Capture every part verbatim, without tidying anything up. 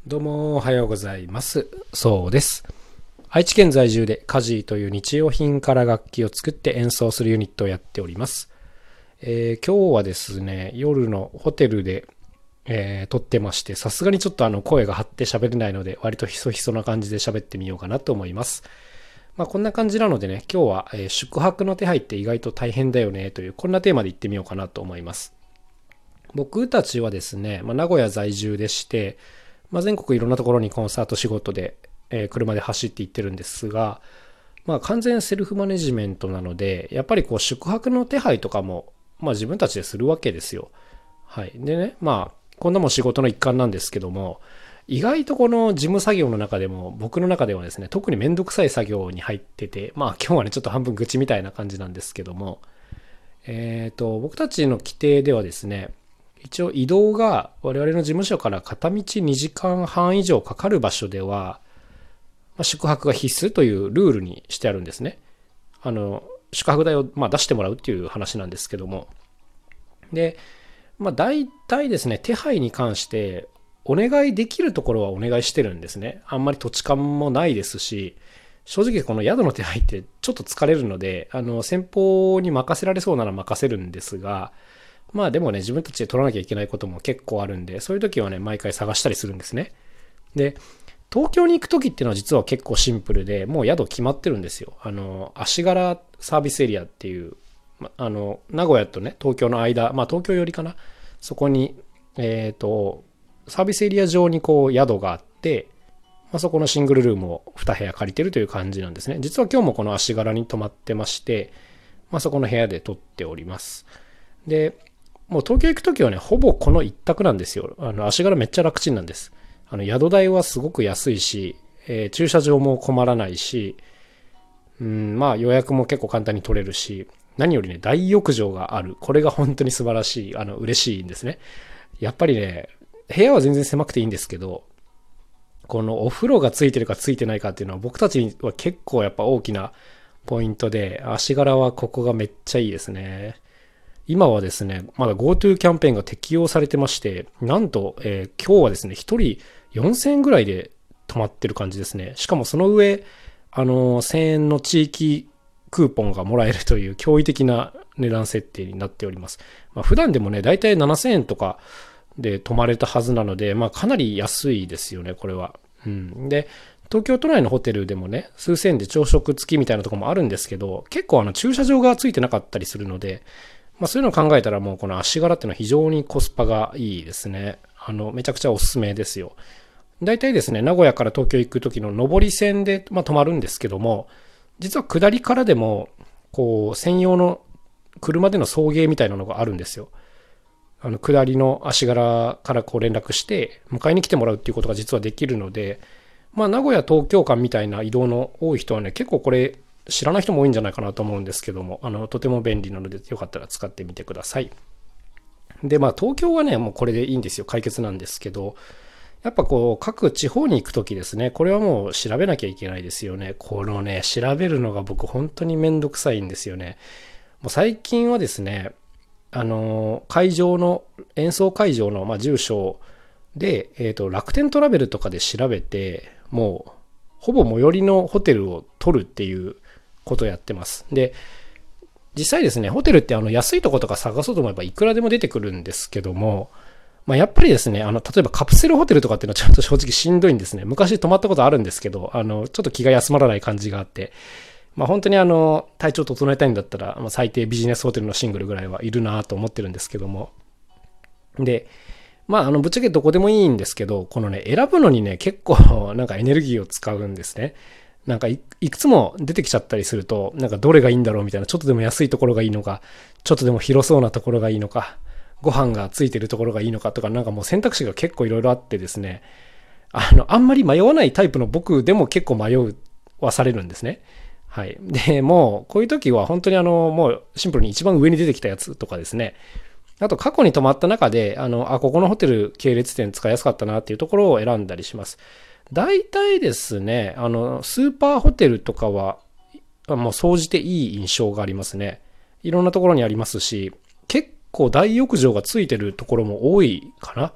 どうもおはようございます。そうです。愛知県在住でカジーという日用品から楽器を作って演奏するユニットをやっております。えー、今日はですね、夜のホテルで、えー、撮ってまして、さすがにちょっとあの声が張って喋れないので、割とひそひそな感じで喋ってみようかなと思います。まあこんな感じなのでね、今日は、えー、宿泊の手配って意外と大変だよねという、こんなテーマで言ってみようかなと思います。僕たちはですね、まあ、名古屋在住でして、まあ、全国いろんなところにコンサート仕事で、えー、車で走って行ってるんですが、まあ、完全セルフマネジメントなので、やっぱりこう宿泊の手配とかも、まあ、自分たちでするわけですよ。はい。でね、まあ、こんなも仕事の一環なんですけども、意外とこの事務作業の中でも、僕の中ではですね、特にめんどくさい作業に入ってて、まあ今日はね、ちょっと半分愚痴みたいな感じなんですけども、えっと、僕たちの規定ではですね、一応移動が我々の事務所から片道にじかんはん以上かかる場所では、まあ、宿泊が必須というルールにしてあるんですね。あの、宿泊代をまあ出してもらうっていう話なんですけども。で、まあ大体ですね、手配に関してお願いできるところはお願いしてるんですね。あんまり土地勘もないですし、正直この宿の手配ってちょっと疲れるので、あの、先方に任せられそうなら任せるんですが、まあでもね、自分たちで取らなきゃいけないことも結構あるんで、そういう時はね、毎回探したりするんですね。で、東京に行く時っていうのは実は結構シンプルで、もう宿決まってるんですよ。あの、足柄サービスエリアっていう、まあの、名古屋とね、東京の間、まあ東京寄りかな。そこに、えっと、サービスエリア上にこう宿があって、まあ、そこのシングルルームをに部屋借りてるという感じなんですね。実は今日もこの足柄に泊まってまして、まあそこの部屋で撮っております。で、もう東京行くときはね、ほぼこの一択なんですよ。あの、足柄めっちゃ楽ちんなんです。あの、宿代はすごく安いし、えー、駐車場も困らないし、うん、まあ予約も結構簡単に取れるし、何よりね、大浴場がある。これが本当に素晴らしい、あの、嬉しいんですね。やっぱりね、部屋は全然狭くていいんですけど、このお風呂がついてるかついてないかっていうのは僕たちには結構やっぱ大きなポイントで、足柄はここがめっちゃいいですね。今はですね、まだ GoTo キャンペーンが適用されてまして、なんと、えー、今日はですね、ひとりよんせんえんぐらいで泊まってる感じですね。しかもその上、あのー、せんえんの地域クーポンがもらえるという驚異的な値段設定になっております。まあ、普段でもね、だいたいななせんえんとかで泊まれたはずなので、まあかなり安いですよね、これは。うん。で、東京都内のホテルでもね、数千円で朝食付きみたいなところもあるんですけど、結構あの駐車場がついてなかったりするので、まあそういうのを考えたらもうこの足柄っていうのは非常にコスパがいいですね。あの、めちゃくちゃおすすめですよ。大体ですね、名古屋から東京行く時の上り線で、まあ、泊まるんですけども、実は下りからでも、こう、専用の車での送迎みたいなのがあるんですよ。あの、下りの足柄からこう連絡して、迎えに来てもらうっていうことが実はできるので、まあ名古屋東京間みたいな移動の多い人はね、結構これ、知らない人も多いんじゃないかなと思うんですけども、あの、とても便利なので、よかったら使ってみてください。で、まあ、東京はね、もうこれでいいんですよ。解決なんですけど、やっぱこう、各地方に行くときですね、これはもう調べなきゃいけないですよね。このね、調べるのが僕本当にめんどくさいんですよね。もう最近はですね、あの、会場の、演奏会場の、まあ、住所で、えっと、楽天トラベルとかで調べて、もう、ほぼ最寄りのホテルを取るっていうことをやってます。で、実際ですね、ホテルってあの安いとことか探そうと思えばいくらでも出てくるんですけども、まあ、やっぱりですね、あの、例えばカプセルホテルとかっていうのはちょっと正直しんどいんですね。昔泊まったことあるんですけど、あの、ちょっと気が休まらない感じがあって、まあ本当にあの、体調整えたいんだったら、まあ、最低ビジネスホテルのシングルぐらいはいるなと思ってるんですけども。で、まああの、ぶっちゃけどこでもいいんですけど、このね、選ぶのにね、結構なんかエネルギーを使うんですね。なんか い, いくつも出てきちゃったりすると、なんかどれがいいんだろうみたいな、ちょっとでも安いところがいいのか、ちょっとでも広そうなところがいいのか、ご飯がついてるところがいいのかとか、なんかもう選択肢が結構いろいろあってですね、あの、あんまり迷わないタイプの僕でも結構迷わされるんですね。はい。で、もう、こういう時は本当にあの、もうシンプルに一番上に出てきたやつとかですね、あと過去に泊まった中で、あの、あ、ここのホテル系列店使いやすかったなっていうところを選んだりします。大体ですね、あの、スーパーホテルとかは、もう総じていい印象がありますね。いろんなところにありますし、結構大浴場がついてるところも多いかな。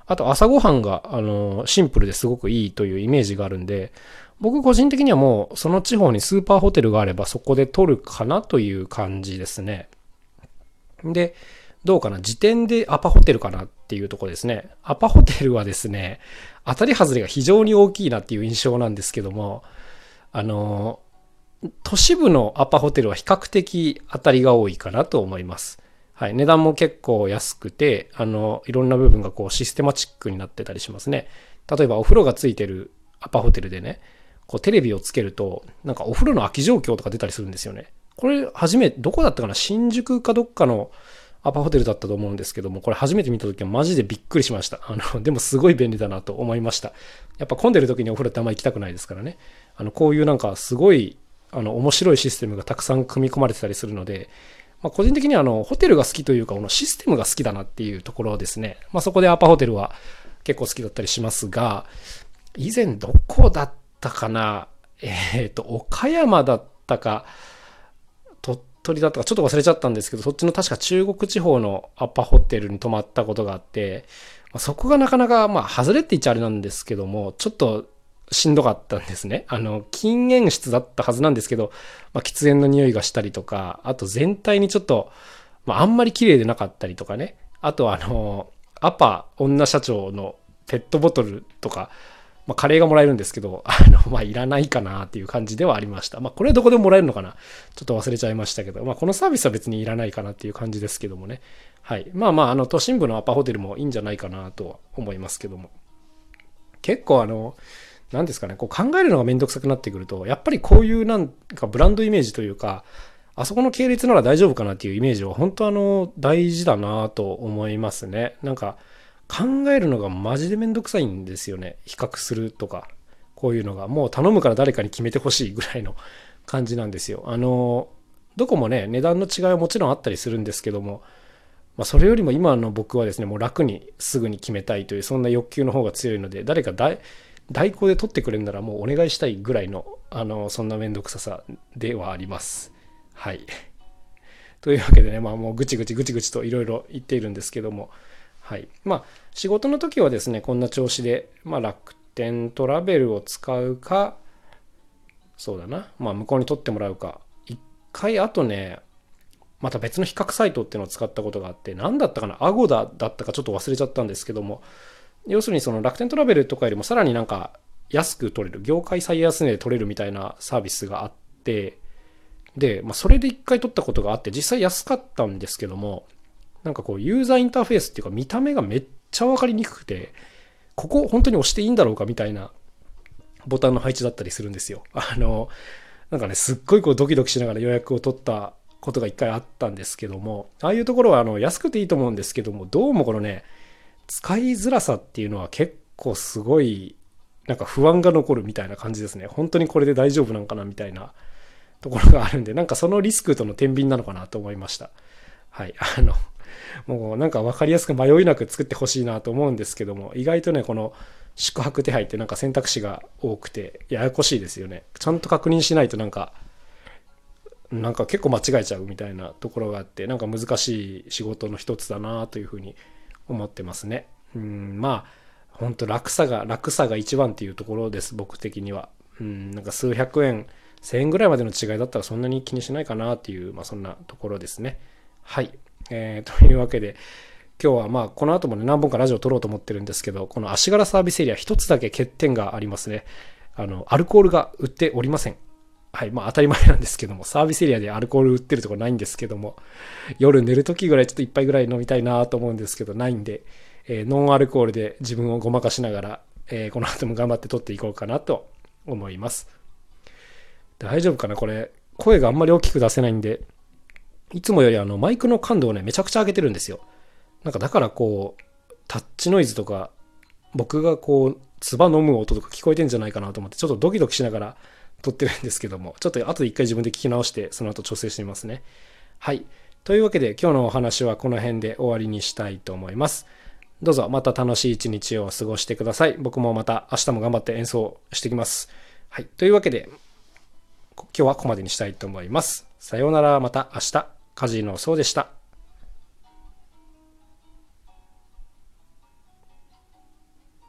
あと朝ごはんが、あの、シンプルですごくいいというイメージがあるんで、僕個人的にはもうその地方にスーパーホテルがあればそこで取るかなという感じですね。で、どうかな、時点でアパホテルかなっていうところですね。アパホテルはですね、当たり外れが非常に大きいなっていう印象なんですけども、あの、都市部のアパホテルは比較的当たりが多いかなと思います。はい。値段も結構安くて、あの、いろんな部分がこうシステマチックになってたりしますね。例えばお風呂がついてるアパホテルでね、こうテレビをつけると、なんかお風呂の空き状況とか出たりするんですよね。これ初め、どこだったかな、新宿かどっかのアパホテルだったと思うんですけども、これ初めて見た時はマジでびっくりしました。あの、でもすごい便利だなと思いました。やっぱ混んでる時にお風呂ってあんま行きたくないですからね。あの、こういうなんかすごい、あの、面白いシステムがたくさん組み込まれてたりするので、まあ、個人的にはあの、ホテルが好きというか、このシステムが好きだなっていうところですね。まあ、そこでアパホテルは結構好きだったりしますが、以前どこだったかな、えっと、岡山だったか、鳥取だったか、ちょっと忘れちゃったんですけど、そっちの確か中国地方のアパホテルに泊まったことがあって、そこがなかなか、まあ、外れって言っちゃあれなんですけども、ちょっとしんどかったんですね。あの、禁煙室だったはずなんですけど、まあ、喫煙の匂いがしたりとか、あと全体にちょっと、まあ、あんまり綺麗でなかったりとかね。あと、あの、アパ女社長のペットボトルとか、まあ、カレーがもらえるんですけど、あの、まあ、いらないかなっていう感じではありました。まあ、これどこでももらえるのかな、ちょっと忘れちゃいましたけど、まあ、このサービスは別にいらないかなっていう感じですけどもね。はい。まあまあ、あの、都心部のアパホテルもいいんじゃないかなとは思いますけども。結構あの、なんですかね、こう考えるのがめんどくさくなってくると、やっぱりこういうなんかブランドイメージというか、あそこの系列なら大丈夫かなっていうイメージは本当あの、大事だなと思いますね。なんか、考えるのがマジでめんどくさいんですよね。比較するとか、こういうのが。もう頼むから誰かに決めてほしいぐらいの感じなんですよ。あの、どこもね、値段の違いはもちろんあったりするんですけども、まあ、それよりも今の僕はですね、もう楽にすぐに決めたいという、そんな欲求の方が強いので、誰か代代行で取ってくれるならもうお願いしたいぐらいの、あの、そんなめんどくささではあります。はい。というわけでね、まあもうぐちぐちぐちぐちといろいろ言っているんですけども、はい。まあ、仕事の時はですね、こんな調子で、まあ、楽天トラベルを使うか、そうだな、まあ、向こうに取ってもらうか、一回、あとね、また別の比較サイトっていうのを使ったことがあって、何だったかな、アゴダだったかちょっと忘れちゃったんですけども、要するにその楽天トラベルとかよりもさらになんか安く取れる、業界最安値で取れるみたいなサービスがあって、で、まあ、それで一回取ったことがあって、実際安かったんですけども、なんかこうユーザーインターフェースっていうか見た目がめっちゃ分かりにくくて、ここ本当に押していいんだろうかみたいなボタンの配置だったりするんですよ。あの、なんかね、すっごいこうドキドキしながら予約を取ったことが一回あったんですけども、ああいうところはあの安くていいと思うんですけども、どうもこのね、使いづらさっていうのは結構すごい、なんか不安が残るみたいな感じですね。本当にこれで大丈夫なんかなみたいなところがあるんで、なんかそのリスクとの天秤なのかなと思いました。はい。あの、もうなんか分かりやすく迷いなく作ってほしいなと思うんですけども、意外とね、この宿泊手配ってなんか選択肢が多くてややこしいですよね。ちゃんと確認しないとなんか、なんか結構間違えちゃうみたいなところがあって、なんか難しい仕事の一つだなというふうに思ってますね。うん、まあ、本当楽さが、楽さが一番っていうところです、僕的には。うん、なんか数百円、せんえんぐらいまでの違いだったらそんなに気にしないかなっていう、まあそんなところですね。はい。えー、というわけで、今日はまあこの後もね何本かラジオを撮ろうと思ってるんですけど、この足柄サービスエリア一つだけ欠点がありますね。あの、アルコールが売っておりません。はい。まあ当たり前なんですけども、サービスエリアでアルコール売ってるところないんですけども、夜寝る時ぐらいちょっと一杯ぐらい飲みたいなと思うんですけど、ないんで、えー、ノンアルコールで自分をごまかしながら、えー、この後も頑張って撮っていこうかなと思います。大丈夫かなこれ、声があんまり大きく出せないんで、いつもよりあのマイクの感度をね、めちゃくちゃ上げてるんですよ。なんかだからこう、タッチノイズとか、僕がこう、唾飲む音とか聞こえてんじゃないかなと思って、ちょっとドキドキしながら撮ってるんですけども、ちょっと後で一回自分で聞き直して、その後調整してみますね。はい。というわけで今日のお話はこの辺で終わりにしたいと思います。どうぞまた楽しい一日を過ごしてください。僕もまた明日も頑張って演奏してきます。はい。というわけで、今日はここまでにしたいと思います。さようなら、また明日。カジノそうでした。